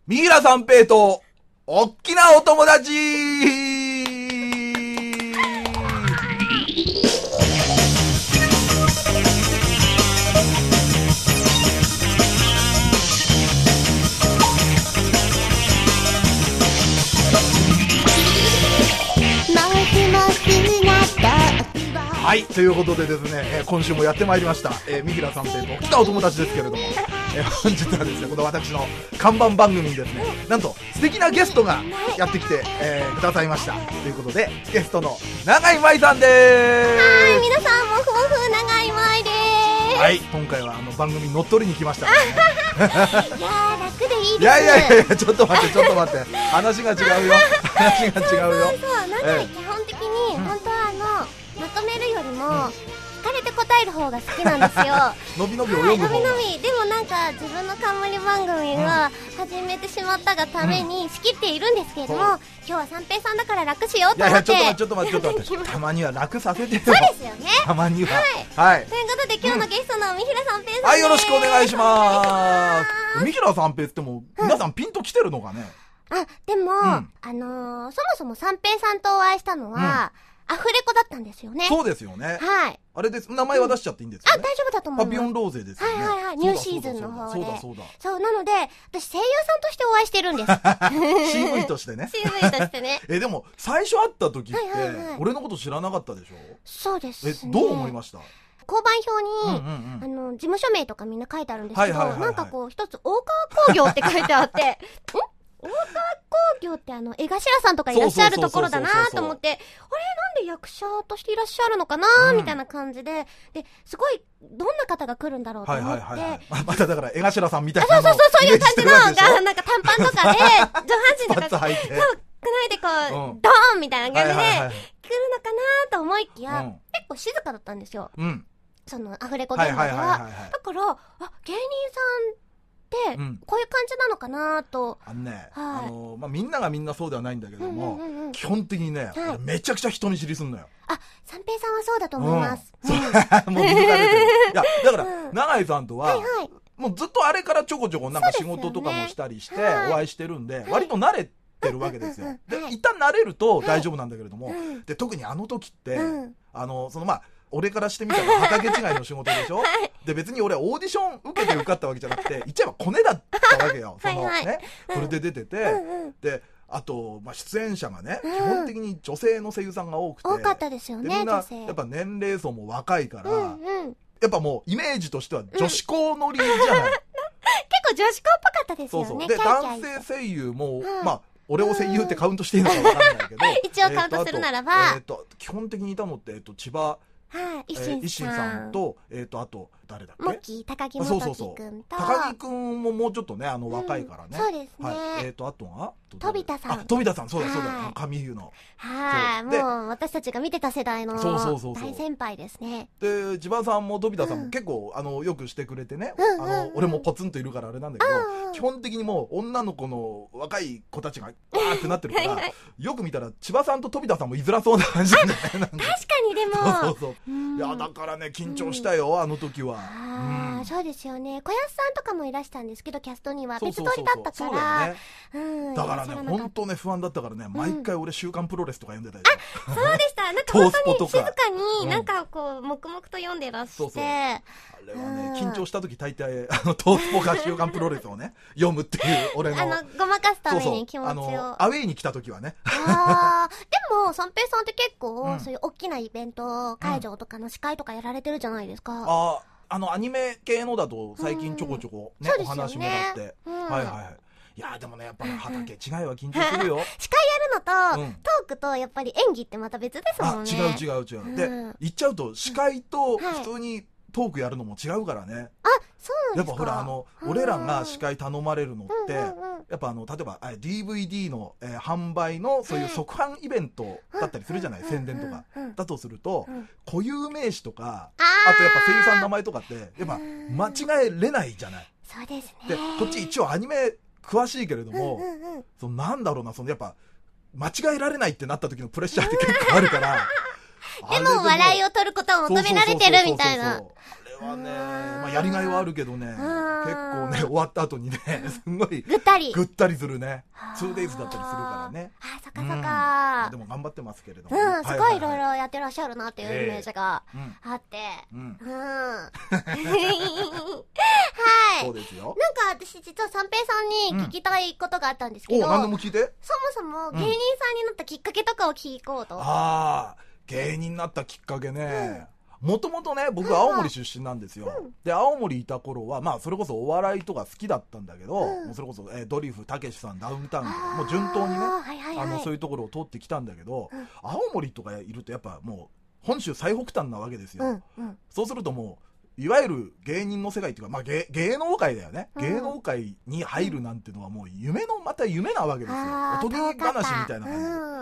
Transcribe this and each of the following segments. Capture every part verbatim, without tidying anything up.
三平三平と、おっきなお友達はい、ということでですね、えー、今週もやってまいりました、えー、三平三平と来たお友達ですけれども、えー、本日はですね、この私の看板番組にですね、なんと素敵なゲストがやってきて、えー、くださいました。ということで、ゲストの永井舞さんでーす。 はい、皆さんも夫婦永井舞でーす。 はい、今回はあの番組に乗っ取りに来ましたからね。 いやー、楽でいいです。 いやいやいや、ちょっと待って、ちょっと待って、話が違うよ。話が違うよ。 そうそうそう、なんか基本的に、うん、本当はあのまとめるよりも、うん、聞かれて答える方が好きなんですよ。 のびのび泳ぐ方、はい、 のびのび。でもなんか自分の冠番組は始めてしまったがために仕切っているんですけれども、うん、今日は三平さんだから楽しようと思って。いやいや、ちょっと待ってちょっと待ってちょっと待ってたまには楽させてよ。 そうですよね、 たまには。 はい、はい、ということで今日のゲストの三平三平さんです。 はい、よろしくお願いします。三平三平っても皆さんピンときてるのかね。 あ、でも、うん、あのー、そもそも三平さんとお会いしたのは、うん、アフレコだったんですよね。 そうですよね。 はい。あれです。名前は出しちゃっていいんですよね。 うん、あ、大丈夫だと思います。 パピオンローゼですよね。 はいはいはい。ニューシーズンの方で。 そうだそうだ。 そう、なので、私声優さんとしてお会いしてるんです。 シーブイ としてね。 シーブイ としてね。 え、でも、最初会った時って、はいはいはい、俺のこと知らなかったでしょ？ そうですね。 え、どう思いました？ 交番表に、うんうんうん、あの、事務所名とかみんな書いてあるんですけど、はいはいはいはい、なんかこう、一つ、大川工業って書いてあって、ん大川工業ってあの江頭さんとかいらっしゃるところだなと思って、あれなんで役者としていらっしゃるのかな、うん、みたいな感じで、ですごいどんな方が来るんだろうと思って、はいはいはいはい、 まただから江頭さんみたいなのをそうそうそう、そういう感じのがなんか短パンとかで上半身とかそうくないでこう、うん、ドーンみたいな感じで、はいはいはい、来るのかなと思いきや、うん、結構静かだったんですよ、うん、そのアフレコ現場では。だからあ芸人さんで、うん、こういう感じなのかなと。 あのね、はい、あのー、まあ、みんながみんなそうではないんだけども、うんうんうん、基本的にね、はい、めちゃくちゃ人見知りすんのよ。 あ、三平さんはそうだと思います。 うん、そうもう見抜かれてる。いや、だから、うん、永井さんとは、はいはい、もうずっとあれからちょこちょこなんか仕事とかもしたりして、お会いしてるんで、はい、割と慣れてるわけですよ。で、一旦慣れると大丈夫なんだけれども、はい、で、特にあの時って、うん、あの、そのまあ、俺からしてみたら畑違いの仕事でしょ、はい、で別に俺オーディション受けて受かったわけじゃなくて言っちゃえばコネだったわけよ。そのはい、はい、ね、それで出てて、うんうん、であと、まあ、出演者がね、うん、基本的に女性の声優さんが多くて多かったですよね。 みんなやっぱ年齢層も若いから、うんうん、やっぱもうイメージとしては女子校乗りじゃない、うん、結構女子校っぽかったですよね。 そうそうで男性声優も、うん、まあ俺を声優ってカウントしていいのか分かんないけど一応カウントするならば、 えー、と基本的にいたのって、えー、と千葉はい、維新さん、 さんと、えっ、ー、と、あと、誰だっけ？ モッキー、高木元樹くんと。 高木くんももうちょっとね、あの、若いからね。 うん、そうですね。 はい、えっ、ー、と、あとは飛田さん。 あ、飛田さん、そうだそうだ、上湯の。 はい、もう私たちが見てた世代の大先輩ですね。 で、千葉さんも飛田さんも結構、うん、あの、よくしてくれてね、うん、あの、俺もポツンといるからあれなんだけど、うん、基本的にもう女の子の若い子たちが、わーってなってるから、はいはい、よく見たら千葉さんと飛田さんも居づらそうな感じでね。 確かにでも。 そうそうそう。うん、いや、だからね、緊張したよ、うん、あの時は。 ああ、うん、そうですよね。小安さんとかもいらしたんですけど、キャストには別撮りだったから。 うん、だからね、本当ね、不安だったからね、毎回俺週刊プロレスとか読んでたよ。 あ、そうでした。なんか本当に静かに、なんかこう、黙々と読んでらして。そうそう、あれはね、緊張した時大体、あの、トースポか週刊プロレスをね、読むっていう、俺の。 あの、ごまかすために気持ちを。 そうそう、あの、アウェイに来た時はね。 ああ、でも、三平さんって結構、うん、そういう大きなイベント会場とかの司会とかやられてるじゃないですか。うん、ああ、あの、アニメ系のだと最近ちょこちょこね、うん、お話もらって。うん、はいはい。いやでもね、やっぱね、畑違いは緊張するよ。 司会やるのと、うん、トークとやっぱり演技ってまた別ですもんね。 あ、違う違う違う。うん、で、言っちゃうと、司会と普通にトークやるのも違うからね。はい、 あ、そうなんですか。 やっぱほら、あの、俺らが司会頼まれるのって、やっぱあの、例えば ディーブイディー の、えー、販売のそういう即販イベントだったりするじゃない、宣伝とか。だとすると、固有名詞とか、あとやっぱ声優さんの名前とかって、やっぱ間違えれないじゃない。 そうですね。 で、こっち一応アニメ、詳しいけれども、うんうんうん、そのなんだろうな、そのやっぱ間違えられないってなった時のプレッシャーって結構あるからでも笑いを取ることを求められてるみたいな。 あれはね、まあ、やりがいはあるけどね、結構ね終わった後にねすごいぐったりぐったりするね。 ツーデイズ だったりするからね。 あ、そっかそっか、 うん、でも頑張ってますけれども、 うん、すごいいろいろやってらっしゃるなっていうイメージがあって、 うんうん、はいそうですよ。 なんか私実は三平さんに聞きたいことがあったんですけど、 お、何でも聞いて。 そもそも芸人さんになったきっかけとかを聞こうと。 ああ、芸人になったきっかけね、もともとね僕青森出身なんですよ、うん、で青森いた頃はまあそれこそお笑いとか好きだったんだけど、うん、もうそれこそ、えー、ドリフたけしさん、ダウンタウンとかもう順当にね、はいはいはい、あのそういうところを通ってきたんだけど、うん、青森とかいるとやっぱもう本州最北端なわけですよ、うんうん、そうするともういわゆる芸人の世界っていうか、まあ、芸, 芸能界だよね、うん、芸能界に入るなんてのはもう夢のまた夢なわけですよ、おとぎ話みたいな感じで、うん、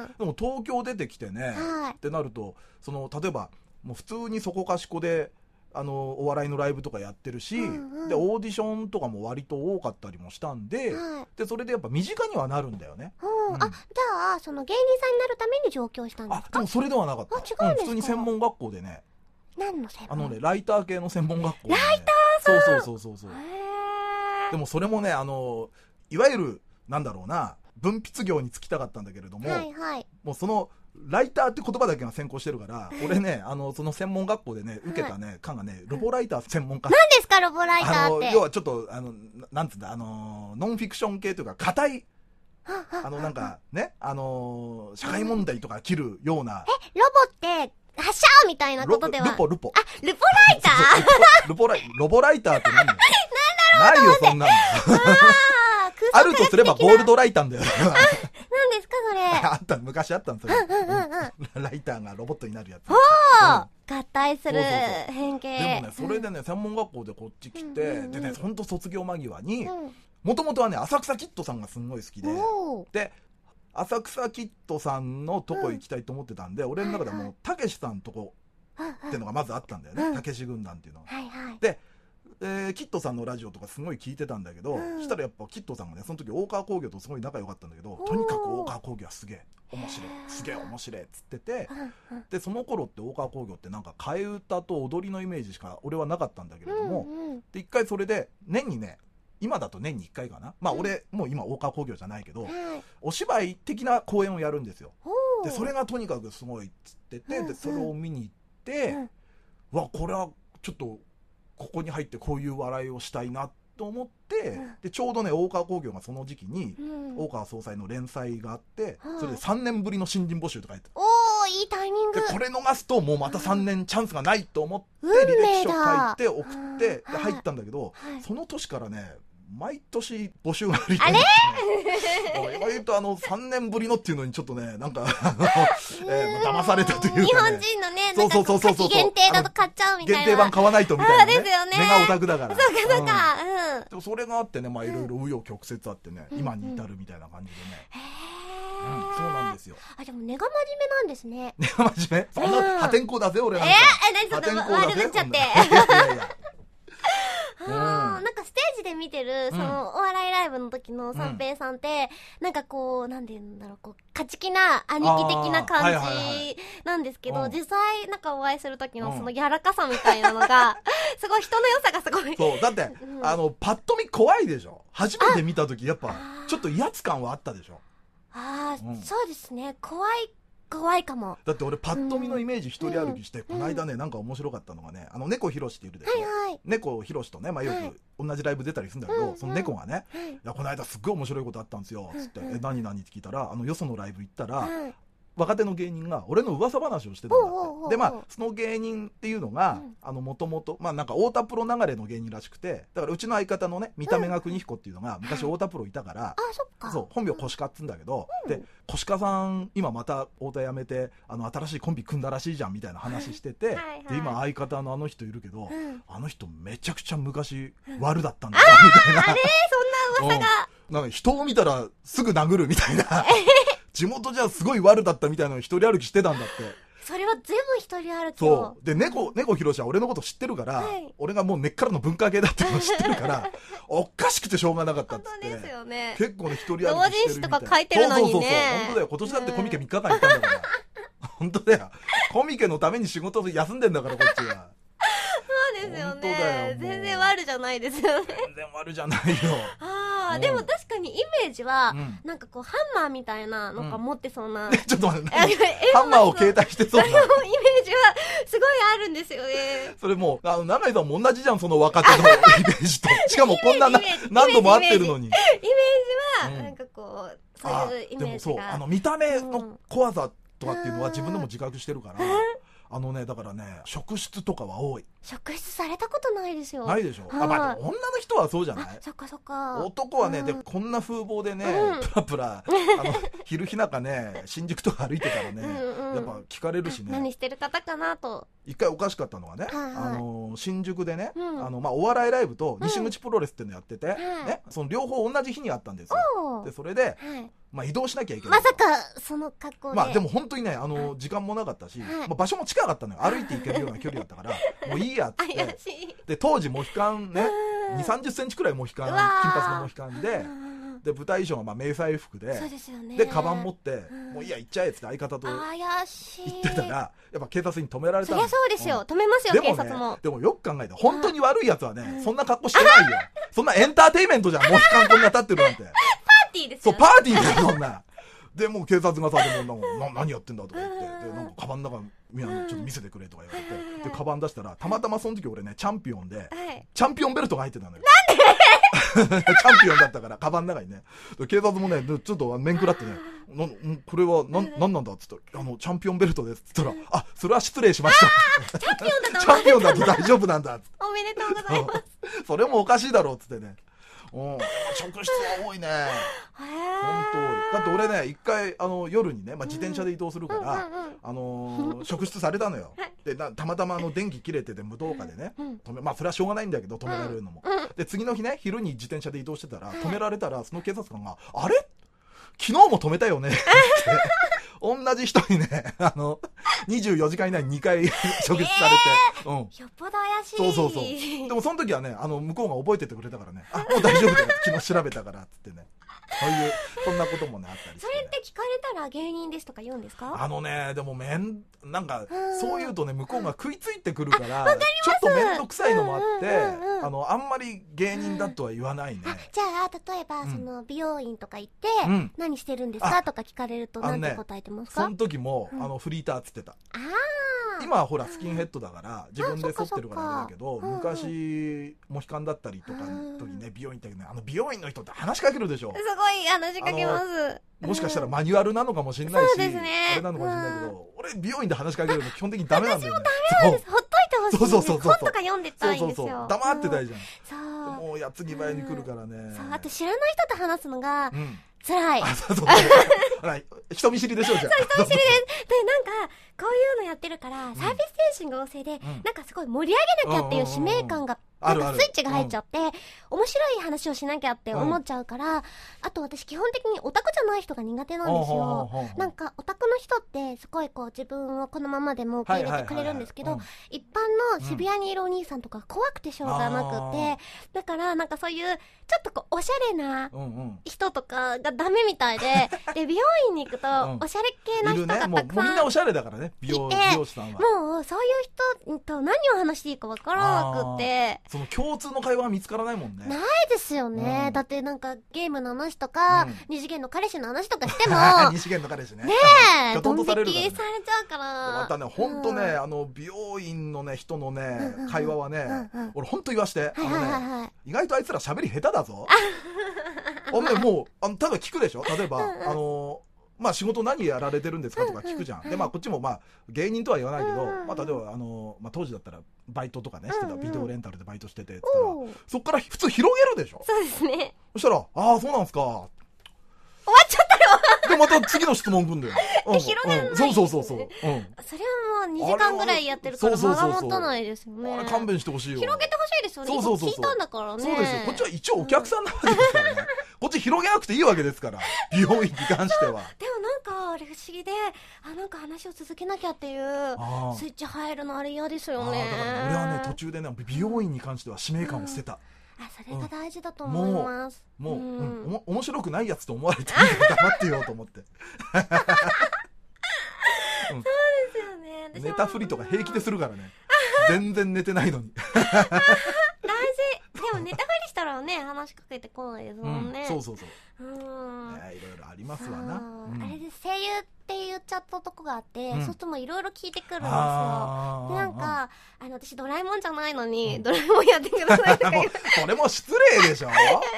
でも東京出てきてね、はい、ってなるとその例えばもう普通にそこかしこであのお笑いのライブとかやってるし、うんうん、でオーディションとかも割と多かったりもしたんで、はい、でそれでやっぱ身近にはなるんだよね、 うんうん、あ、じゃあその芸人さんになるために上京したんですか。 あ、でもそれではなかった。 あ、違うんですか、うん、 普通に専門学校でね。 何の専門？ あのねライター系の専門学校、ね、 ライターさん。 そうそうそうそうそう。でもそれもねあのいわゆるなんだろうな文筆業に就きたかったんだけれども、 はいはい、 もうそのライターって言葉だけが先行してるから俺ねあのその専門学校でね受けたね科がねロボライター専門科。 何ですかロボライターって。 あの要はちょっとあのなんつうんだあのノンフィクション系というか硬いあのなんかねあの社会問題とか切るような。 え、ロボって発射みたいなことでは。 ルポルポ。 あ、ルポライター。 ルポライロボライターって何だよ。ないよそんなの。あるとすればゴールドライターだよ。 何ですかそれ。 あった昔あったんですよ。ライターがロボットになるやつ。 おー、合体する変形。 でもねそれでね専門学校でこっち来てでね本当卒業間際にもともとはね浅草キッドさんがすんごい好きでで浅草キッドさんのとこ行きたいと思ってたんで俺の中ではもうたけしさんとこっていうのがまずあったんだよね。たけし軍団っていうのが。でえー、キッドさんのラジオとかすごい聞いてたんだけど、うん、したらやっぱキッドさんがねその時大川工業とすごい仲良かったんだけどとにかく大川工業はすげえ面白いすげえ面白いっつっててでその頃って大川工業ってなんか替え歌と踊りのイメージしか俺はなかったんだけれども、うんうん、で一回それで年にね今だと年にいっかいかなまあ俺、うん、もう今大川工業じゃないけど、うん、お芝居的な公演をやるんですよ。でそれがとにかくすごいっつってて、うんうん、でそれを見に行って、うん、わこれはちょっとここに入ってこういう笑いをしたいなと思って、うん、でちょうどね大川工業がその時期に、うん、大川総裁の連載があって、うん、それでさんねんぶりの新人募集とかやっておーいいタイミングでこれ逃すともうまたさんねんチャンスがないと思って履歴書書いて送って、で入ったんだけど、はい、その年からね毎年募集があり、ね、 あれ意外とあのさんねんぶりのっていうのにちょっとねなんかえー、騙されたというか、ね、 日本人のねなんか夏季限定だと買っちゃうみたいな限定版買わないとみたいな、ね、 ですよね目がオタクだからそうかそうか、 うんうん、でもそれがあってねまあいろいろ紆余曲折あってね、うん、今に至るみたいな感じでね、うん、うん、そうなんですよ。 あでも根が真面目なんですね。 根が真面目そんな破天荒だぜ俺なんか。 えー、何そんな悪ぶっちゃっていやいやうん、なんかステージで見てるそのお笑いライブの時の三平さんって、うん、なんかこうなんて言うんだろうこう勝ち気な兄貴的な感じなんですけど、はいはいはい、実際なんかお会いする時のその柔らかさみたいなのがすごい人の良さがすごいそうだって、うん、あのパッと見怖いでしょ。初めて見た時やっぱちょっと威圧感はあったでしょ。 ああ、うん、そうですね怖い怖いかも。 だって俺パッと見のイメージ一人歩きして、うん、この間ねなんか面白かったのがねあの猫ひろしっているでしょ、はいはい、猫ひろしとね、まあ、よく同じライブ出たりするんだけど、はい、その猫がね、はい、いやこの間すっごい面白いことあったんですよつって、うん、え何何って聞いたらあのよそのライブ行ったら、はい若手の芸人が俺の噂話をしてたんだって。でまあその芸人っていうのがもともとまあなんか太田プロ流れの芸人らしくてだからうちの相方のね見た目が邦彦っていうのが昔太田プロいたから、 あそっかそう本名コシカっつうんだけど、うん、でコシカさん今また太田辞めてあの新しいコンビ組んだらしいじゃんみたいな話しててはい、はい、で今相方のあの人いるけど、うん、あの人めちゃくちゃ昔悪だったんだよみたいな、 あれそんな噂が、 うん、なんか人を見たらすぐ殴るみたいな地元じゃすごい悪だったみたいなの一人歩きしてたんだって。 それは全部一人歩きそうで猫猫ひろしは俺のこと知ってるから、はい、俺がもう根っからの文化系だっていうのを知ってるからおかしくてしょうがなかったっつって。 本当ですよね。 結構ね一人歩きしてるみたいな。 同人誌とか書いてるのにね。 そうそうそうそう本当だよ。今年だってコミケみっかかん行ったんだから本当だよ。コミケのために仕事休んでんだからこっちは。 そうでですよ本当だね。 よ全然悪じゃないですよね。 全然悪じゃないよ。 ああ、 うんでも確かにイメージは、 うんなんかこうハンマーみたいなのが持ってそうな、 ちょっと待って、 あのハンマーを携帯してそうな。 イメージはすごいあるんですよね。 それもう、あの、永井さんも同じじゃん、その若手のイメージと。しかもこんななイメージ何度も会ってるのに。 イメージは、 うんなんかこう、そういうイメージが。 でもそう、あの、見た目の怖さとかっていうのは自分でも自覚してるから、あのね、だからね、職質とかは多い。 職質されたことないですよ。 ないでしょ。あ、まあ、女の人はそうじゃない。 そっかそっか。 男はね、 うん、 でこんな風貌でね、 うん、 プラプラ、あの、昼日中ね、新宿とか歩いてたらね、うんうん、やっぱ聞かれるしね。 何してる方かなと。 一回おかしかったのはね、 はいはい、 あの、新宿でね、 うん、 あの、まあ、お笑いライブと西口プロレスっていうのやってて、 うん、 ね、その両方同じ日にあったんですよ。で、それで、はい、まあ、移動しなきゃいけない。 まさか、その格好で。 まあ、でも本当にね、あの、時間もなかったし、はい、まあ、場所も近かったのよ。歩いて行けるような距離だったから、もういいやっつって。で、当時モヒカンね、に、さんじゅっセンチくらいモヒカン、金髪のモヒカンで、で、舞台衣装がまあ迷彩服で、 そうですよね、 で、カバン持って、もういいや、行っちゃえっつって相方と怪しい行ってたら、やっぱ警察に止められたの。 そりゃそうですよ、うん、止めますよ、警察も。 でもよく考えて、本当に悪いやつはね、そんな格好してないよ。そんなエンターテインメントじゃん、モヒカンこんな立ってるなんて。 パーティーですよ。そう、パーティーだよ、そんな。で、もう警察がさ、でもな、何やってんだとか言って、で、なんかカバンの中、みんなちょっと見せてくれとか言われて、で、カバン出したら、たまたまその時俺ね、チャンピオンで、チャンピオンベルトが入ってたのよ。なんでチャンピオンだったから、カバンの中にね。警察もね、ちょっと面食らってね、な、これは、なん、なんなんだっつったら、あの、チャンピオンベルトですっつったら、あ、それは失礼しました。 チャンピオンだとチャンピオンだと大丈夫なんだっつって。 おめでとうございます。 それもおかしいだろうっつってね。うん、職質は多いね。本当多い。だって俺ね、一回、あの、夜にね、まあ、自転車で移動するから、うんうんうん、あのー、職質されたのよ。で、たまたまあの、電気切れてて無灯火でね、止め、まあ、それはしょうがないんだけど、止められるのも。で、次の日ね、昼に自転車で移動してたら、止められたら、その警察官が、あれ昨日も止めたよねって。同じ人にね、あの、にじゅうよじかん以内ににかい職質されて、 えー、うん。よっぽど怪しい。 そうそうそう。でもその時はね、あの、向こうが覚えててくれたからね、あ、もう大丈夫だよ。昨日調べたから、つってね。そういう、そんなこともね、あったりして、ね。 それって聞かれたら芸人ですとか言うんですか？ あのね、でもめん、なんか、そう言うとね、向こうが食いついてくるから、ちょっとめんどくさいのもあって、あの、あんまり芸人だとは言わないね。 あ、じゃあ、例えば、その、美容院とか行って、うん、何してるんですかとか聞かれると、なんて答えてますか？ その時も、あの、フリーターっつってた。ああ。今はほらスキンヘッドだから自分で剃ってるからあれだけど、昔モヒカンだったりとかの時ね、美容院行ったけどね、あの美容院の人って話しかけるでしょ。 すごい話しかけます。 もしかしたらマニュアルなのかもしれないし、そうですね、あれなのかもしれないけど、俺美容院で話しかけるの基本的にダメなんだよね。 私もダメなんです。ほっといてほしい。そうそうそうそう。本とか読んでたいんですよ。そうそうそう。 黙ってたいじゃん。そう。もうやつぎ早に来るからね。 そう。あと知らない人と話すのが辛い。あ、そうそう。 人見知りでしょじゃん。 そう、人見知りです。で、なんか、こういうのやってるから、サービス精神が旺盛で、なんかすごい盛り上げなきゃっていう使命感が、なんかスイッチが入っちゃって、面白い話をしなきゃって思っちゃうから、あと私基本的にオタクじゃない人が苦手なんですよ。なんか、オタクの人ってすごいこう自分をこのままでも受け入れてくれるんですけど、一般の渋谷にいるお兄さんとか怖くてしょうがなくて、だからなんかそういう、ちょっとこう、おしゃれな人とかがダメみたいで、で、美容院に行くと、おしゃれ系な人がたくさん。 もうみんなおしゃれだからね、美容、美容師さんは。 もう、そういう人と何を話していいかわからなくて。 その共通の会話は見つからないもんね。 ないですよね。だってなんかゲームの話とか、二次元の彼氏の話とかしても。 二次元の彼氏ね。 ねえ、ドン引きされちゃうから。 またね、ほんとね、あの、美容院のね、人のね、会話はね、俺ほんと言わして、あのね、意外とあいつら喋り下手だぞ。あのね、もう、あの、ただ聞くでしょ？例えば、あの、まあ仕事何やられてるんですかとか聞くじゃん。で、まあこっちもまあ芸人とは言わないけど、まあ例えばあの、まあ当時だったらバイトとかね、してた、ビデオレンタルでバイトしてて、って言ったら、そっから普通広げるでしょ？ そうですね。 そしたら、ああ、そうなんすか。終わっちゃったよ。 で、また次の質問くんだよ。 広げるの？ そうそうそうそう。うん。 それはもうにじかんぐらいやってるから間が持たないですよね。 あれ勘弁してほしいよ。 広げてほしいですよね。そうそうそう。聞いたんだからね。 そうですよ。こっちは一応お客さんなわけですからね。こっち広げなくていいわけですから。美容院に関しては。 でもなんか、あれ不思議で、あ、なんか話を続けなきゃっていう、スイッチ入るのあれ嫌ですよね。 だから俺はね、途中でね、美容院に関しては使命感を捨てた。 あ、それが大事だと思います。 もう、もう、うん、おも面白くないやつと思われてるから黙ってようと思って。 そうですよね。 ネタ振りとか平気でするからね。 全然寝てないのに。 大事。でも寝たふりしたらね、話しかけてこないですもんね。 うん、そうそうそう。 うん。 いや、いろいろありますわな。 うん、あれで声優って言っちゃったとこがあって、うん、そうするともういろいろ聞いてくるんですよ。で、なんか、あの、私ドラえもんじゃないのに、うん、ドラえもんやってくださいとか言う。 それも失礼でしょ。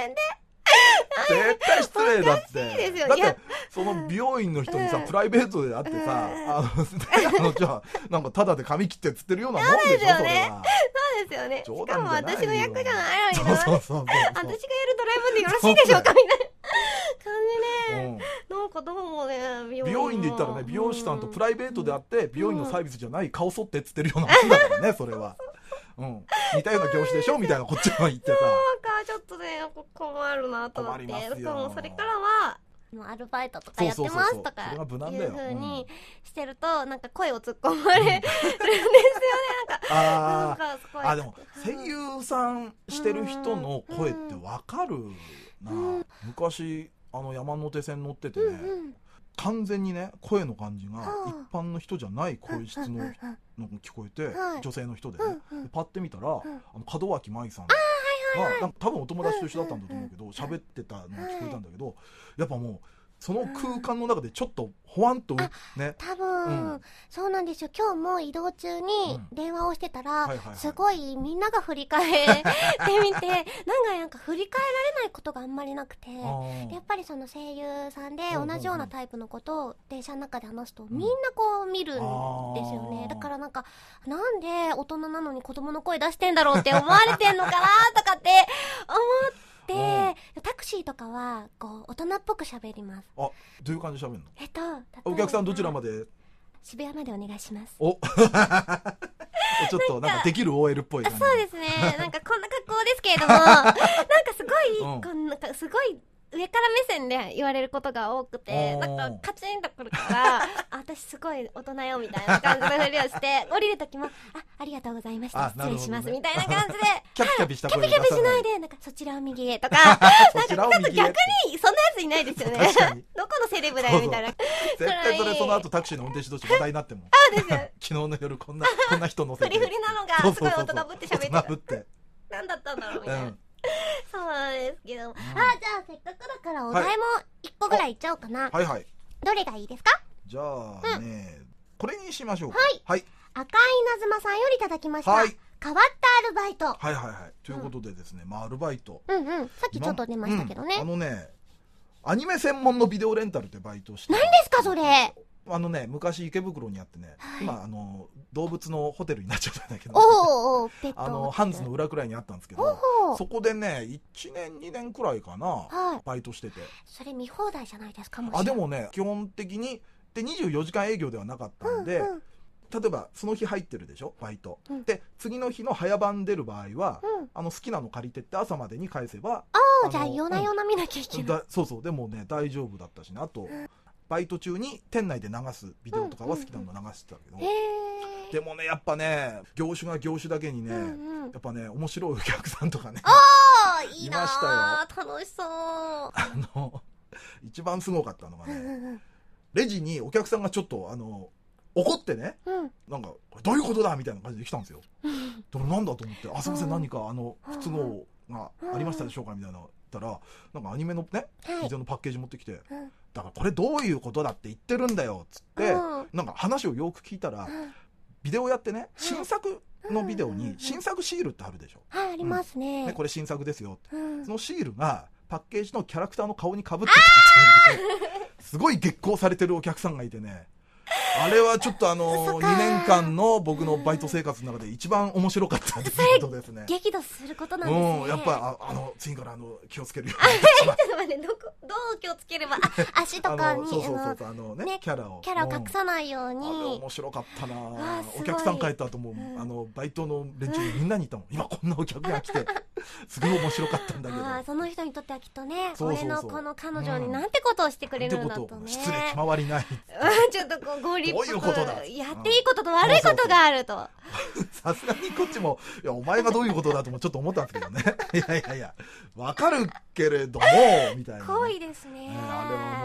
絶対失礼だって。だって、その美容院の人にさ、プライベートで会ってさ、あの、じゃあ、なんかタダで髪切ってつってるようなもんでしょ、それは。 そうですよね。しかも私の役じゃないのにな。 そうそうそう。 私がやるドラえもんでよろしいでしょうかみたいな感じね。なんかどうもね、 美容院で言ったらね、美容師さんとプライベートで会って、美容院のサービスじゃない顔剃ってっつってるようなもんだからね、それは。うん、似たような業種でしょみたいなこっちは言ってさ、 なんかちょっとね困るなと思って、しかもそれからはアルバイトとかやってますとかいう風にしてると、なんか声を突っ込まれるんですよね。なんかああ、でも声優さんしてる人の声ってわかるな。昔あの山手線乗っててね、完全にね声の感じが一般の人じゃない声質ののが聞こえて、女性の人でね、パッて見たらあの門脇舞さんがなんか多分お友達と一緒だったんだと思うけど喋ってたのが聞こえたんだけど、やっぱもうその空間の中でちょっとほわんとね、 多分、うん、そうなんですよ。今日も移動中に電話をしてたら、すごいみんなが振り返ってみて、なんかなんか振り返られないことがあんまりなくて、やっぱりその声優さんで同じようなタイプのことを電車の中で話すと、みんなこう見るんですよね。だからなんか、なんで大人なのに子供の声出してんだろうって思われてんのかなとかって思って、で、タクシーとかはこう大人っぽく喋ります。 あ、どういう感じで喋るの？ えっと、 お客さんどちらまで？ 渋谷までお願いします。 おちょっとなんかできる オーエル っぽい感じ。 そうですね。なんかこんな格好ですけれども、なんかすごい、うん、こんなんかすごい上から目線で言われることが多くて、なんかカチンとくるからあ、私すごい大人よみたいな感じのふりをして降りるときも、あ、ありがとうございました、失礼します、ね、みたいな感じでキャピキャピした声キャピキャピしないで、なんかそちらを右へとかなんかちょっと逆にそんなやついないですよねどこのセレブだよみたいな。 絶対それその後タクシーの運転手同士話題になってもあですよ昨日の夜こんなこんな人乗せてフリフリなのがすごい大人ぶって喋ってる何だったんだろうみたいな、うんそうなんですけど、うん、あ、じゃあせっかくだからお題もいっこぐらいいっちゃおうかな。 はいはい。 どれがいいですか？ じゃあね、うん、これにしましょうか。 はい。 はい、 赤い稲妻さんよりいただきました。はい。変わったアルバイト。 はいはいはい。ということでですね、うん、まあアルバイト。 うんうん。さっきちょっと出ましたけどね。 うん、あのね、アニメ専門のビデオレンタルってバイトして。 何ですかそれ？ あのね、昔池袋にあってね、はい、今あの動物のホテルになっちゃったんだけど、 おおペットあのハンズの裏くらいにあったんですけど、そこでねいちねんにねんくらいかな、はい、バイトしてて。 それ見放題じゃないですか？もしあでもね基本的にでにじゅうよじかん営業ではなかったんで、うんうん、例えばその日入ってるでしょバイト、うん、で次の日の早番出る場合は、うん、あの好きなの借りてって朝までに返せば、 ああじゃあ夜な夜な見なきゃいけない、 うん、そうそうでもね大丈夫だったしね。あと、うんバイト中に店内で流すビデオとかは好きなの流してたけど、うんうんうん、でもねやっぱね業種が業種だけにね、うんうん、やっぱね面白いお客さんとかねあいいなましたよ。楽しそう。 あの一番すごかったのがね、うんうん、レジにお客さんがちょっとあの怒ってね、うん、なんかどういうことだみたいな感じで来たんですよ。でもなんだと思ってあすいません何かあの不都合がありましたでしょうかみたいな言ったらなんかアニメのねビデオのパッケージ持ってきて、うんだからこれどういうことだって言ってるんだよっつって、うん、なんか話をよく聞いたら、うん、ビデオやってね新作のビデオに新作シールってあるでしょ。 はい、ありますね。 ねこれ新作ですよって、うん、そのシールがパッケージのキャラクターの顔にかぶってたっていうのですごい月光されてるお客さんがいてねあれはちょっとあのにねんかんの僕のバイト生活の中で一番面白かった出来事ですね。 激怒することなんですね。 うん、やっぱああの次からあの気をつけるようにちょっと待ってどこどう気をつければあ足とかにそうそうそうそうあのね、ねキャラをキャラを隠さないように、うん、 あれ面白かったな。お客さん帰った後も、うん、あのバイトの連中にみんなに言ったもん今こんなお客が来てすごい面白かったんだけどあその人にとってはきっとね俺のこの彼女になんてことをしてくれるんだとね、うん、 失礼気回りないちょっとこうご立どういうことだやっていいことと悪いことがあるとさすがにこっちもいやお前がどういうことだともちょっと思ったんですけどねいやいやいやわかるけれどもみたいな、ね、 濃いですね、 ねあれは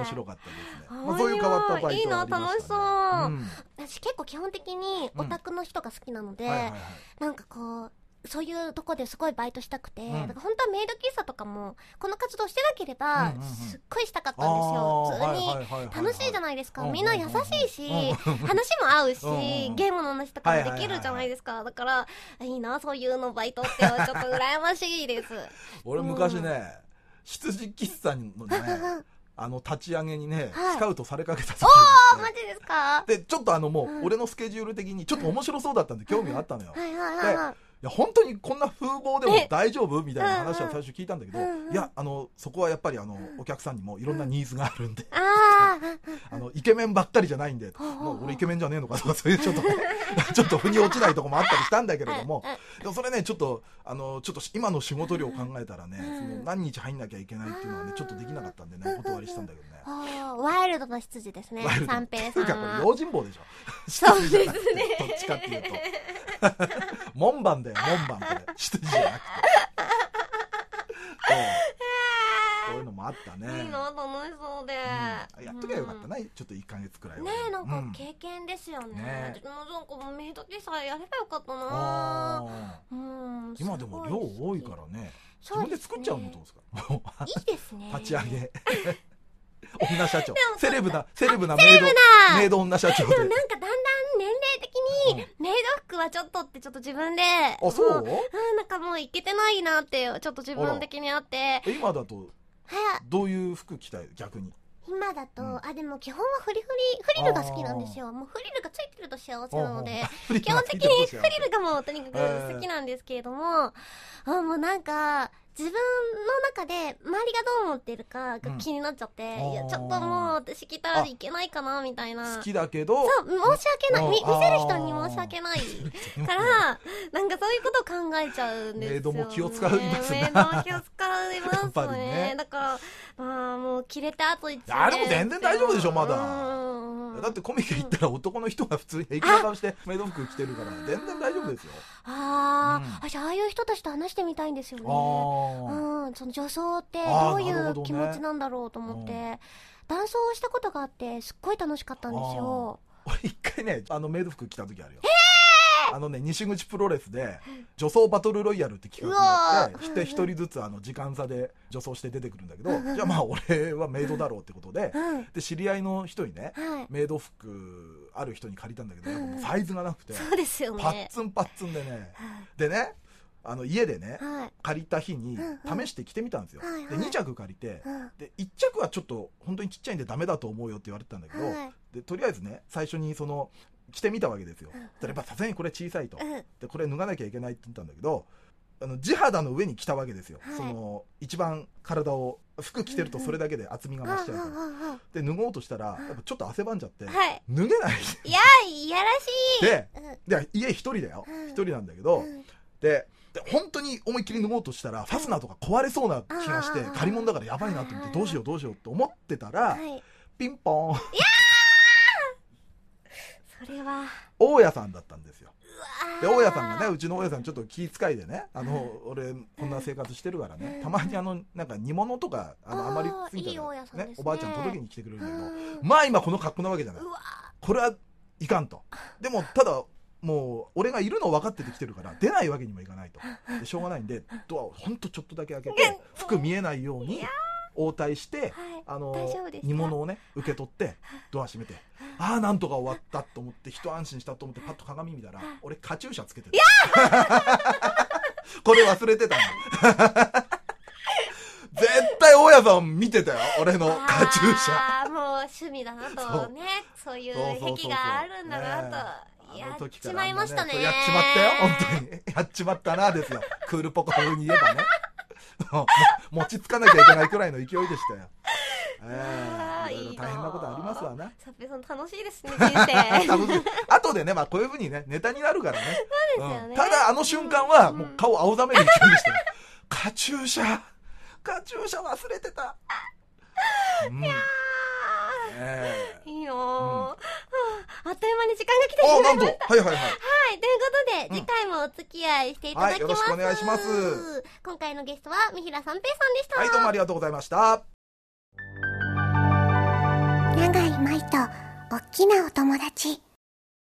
面白かったですね。まあ、そういう変わったバイトはありましたね。 いいな、楽しそう、うん、私結構基本的にオタクの人が好きなので、うんはいはいはい、なんかこうそういうとこですごいバイトしたくて、うん、だから本当はメイド喫茶とかもこの活動してなければ、うんうんうん、すっごいしたかったんですよ。普通に楽しいじゃないですか、みんな優しいし、うん、話も合うし、うん、ゲームの話とかもできるじゃないですか、はいはいはいはい、だからいいなそういうのバイトってちょっと羨ましいです俺昔ね、うん、羊喫茶のねあの立ち上げにね、はい、スカウトされかけた時があって、おーマジですか。 でちょっとあのもう、うん、俺のスケジュール的にちょっと面白そうだったんで興味があったのよ、はいはいはいはい、でいや本当にこんな風貌でも大丈夫みたいな話は最初聞いたんだけど、うんうん、いやあのそこはやっぱりあのお客さんにもいろんなニーズがあるんで、うん、あのイケメンばっかりじゃないんで、もう俺イケメンじゃねえのかとかそういうちょっとちょっと腑に落ちないとこもあったりしたんだけれども、でもそれねちょっとあのちょっと今の仕事量を考えたらね、その何日入んなきゃいけないっていうのはねちょっとできなかったんでねお断りしたんだけどね。 ワイルドな羊ですね、三平さんは。 これ用心棒でしょ。 そうですね。 どっちかっていうと門番だよ門番これ羊じゃなくて。そういうのもあったね。 いいな楽しそうで、 うん、やっときゃよかったな、うん、ちょっといっかげつくらいはねえ、なんか経験ですよね。うん、ね自分のなんかメイド喫茶やればよかったな。うん、 今でも量多いからね。自分で作っちゃうのどうですか。 いいですね。 立ち上げ女社長セレブなセレブなメイドメイド女社長で。 でもなんかだんだん年齢的にメイド服はちょっとってちょっと自分で、 あそう、 うん、なんかもういけてないなってちょっと自分的にあって。 今だとどういう服着たい逆に。 今だと、うん、あでも基本はフリフリフリルが好きなんですよ。もうフリルがついてると幸せなので基本的にフリルがもうとにかく好きなんですけれども、えー、あもうなんか自分の中で周りがどう思ってるかが気になっちゃって、うん、いやちょっともう私着たらいけないかなみたいな。 好きだけどそう申し訳ない見せる人に申し訳ないからなんかそういうことを考えちゃうんですよね。メイドも気を使いますね。メイドも気を使いますね。ねだからまあもう着れた後一年あでも全然大丈夫でしょまだ。だってコミケ行ったら男の人が普通に平気な顔してメイド服着てるから全然大丈夫ですよ。 あ、うん、あじゃあああいう人たちと話してみたいんですよね。うん、その女装ってどういう気持ちなんだろうと思って、ね、男装したことがあってすっごい楽しかったんですよ。 俺一回ねあのメイド服着た時あるよ。あのね西口プロレスで女装バトルロイヤルって企画があって一人ずつあの時間差で女装して出てくるんだけど、じゃあまあ俺はメイドだろうってことで、で知り合いの人にね、メイド服ある人に借りたんだけどサイズがなくてそうですよね、 パッツンパッツンでね、でねあの家でね、借りた日に試して着てみたんですよ。でに着借りて、でいっ着はちょっと本当にちっちゃいんでダメだと思うよって言われてたんだけど、でとりあえずね最初にその着てみたわけですよ。やっぱさすがにこれ小さいと、でこれ脱がなきゃいけないって言ったんだけど、あの地肌の上に着たわけですよ、はい、その一番体を服着てるとそれだけで厚みが増しちゃうから、うんうん、で脱ごうとしたらやっぱちょっと汗ばんじゃって、はい、脱げない。 いやいやらしいで、で家一人だよ、一、うん、人なんだけど、うん、でで本当に思いっきり脱ごうとしたらファスナーとか壊れそうな気がして、借り物だからやばいなと思ってどうしようどうしようって思ってたら、はい、ピンポーン。いやーそれは大家さんだったんですよ。で大家さんがね、うちの大家さんちょっと気遣いでね、あの俺こんな生活してるからね、たまにあのなんか煮物とか あ, のあまりついたら ね, ねおばあちゃん届けに来てくれるんだけど、まあ今この格好なわけじゃない。これはいかんと。でもただもう俺がいるの分かってて来てるから出ないわけにもいかないと。でしょうがないんでドアをほんとちょっとだけ開けて服見えないように応対して、はい、あの煮物をね受け取ってドア閉めて、ああなんとか終わったと思って一安心したと思ってパッと鏡見たら俺カチューシャつけてた。これ忘れてたの。絶対大家さん見てたよ俺のカチューシャ。 ああもう趣味だなとね、そういう癖があるんだなと、ね、やっちまいましたね。 やっちまったよ本当に。やっちまったなですよ。クールポコ風に言えばね。持ちつかなきゃいけないくらいの勢いでしたよ。えー、いろいろ大変なことありますわな。 さっぺさん楽しいですね人生。 楽しい。後でねまあこういう風にねネタになるからね。 そうですよね、 うん、ただあの瞬間はもう顔青ざめる勢いでしたよ。カチューシャカチューシャ忘れてた。 うん、いやー、えー、いいよー、うん、あっという間に時間が来てしまいました。 あ、なんと、はいはいはい。はい、 ということで、次回もお付き合いしていただきます。はい、よろしくお願いします。 今回のゲストは三平三平さんでした。 はい、どうもありがとうございました。 舞と、おっきなお友達。